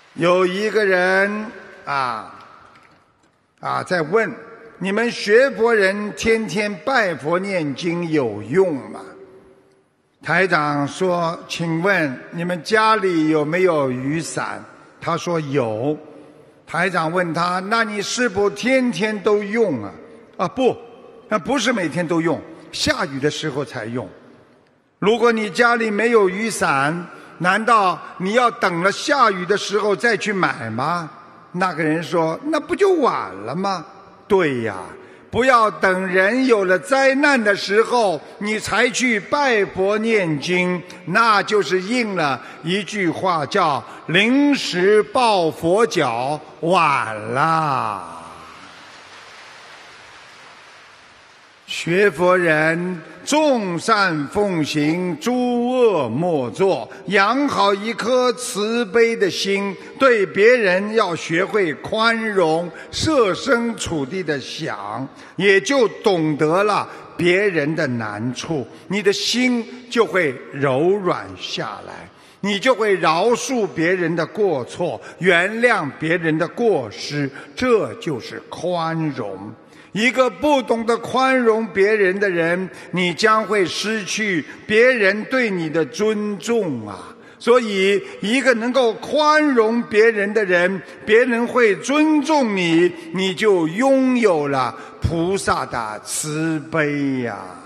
有一个人在问你们学佛人天天拜佛念经有用吗？台长说，请问你们家里有没有雨伞？他说有。台长问他，那你是否天天都用啊？不是每天都用，下雨的时候才用。如果你家里没有雨伞，难道你要等了下雨的时候再去买吗？那个人说，那不就晚了吗？对呀，不要等人有了灾难的时候你才去拜佛念经，那就是应了一句话，叫临时抱佛脚，晚了。学佛人众善奉行，诸恶莫作，养好一颗慈悲的心，对别人要学会宽容，设身处地的想，也就懂得了别人的难处，你的心就会柔软下来，你就会饶恕别人的过错，原谅别人的过失，这就是宽容。一个不懂得宽容别人的人，你将会失去别人对你的尊重啊！所以一个能够宽容别人的人，别人会尊重你，你就拥有了菩萨的慈悲呀。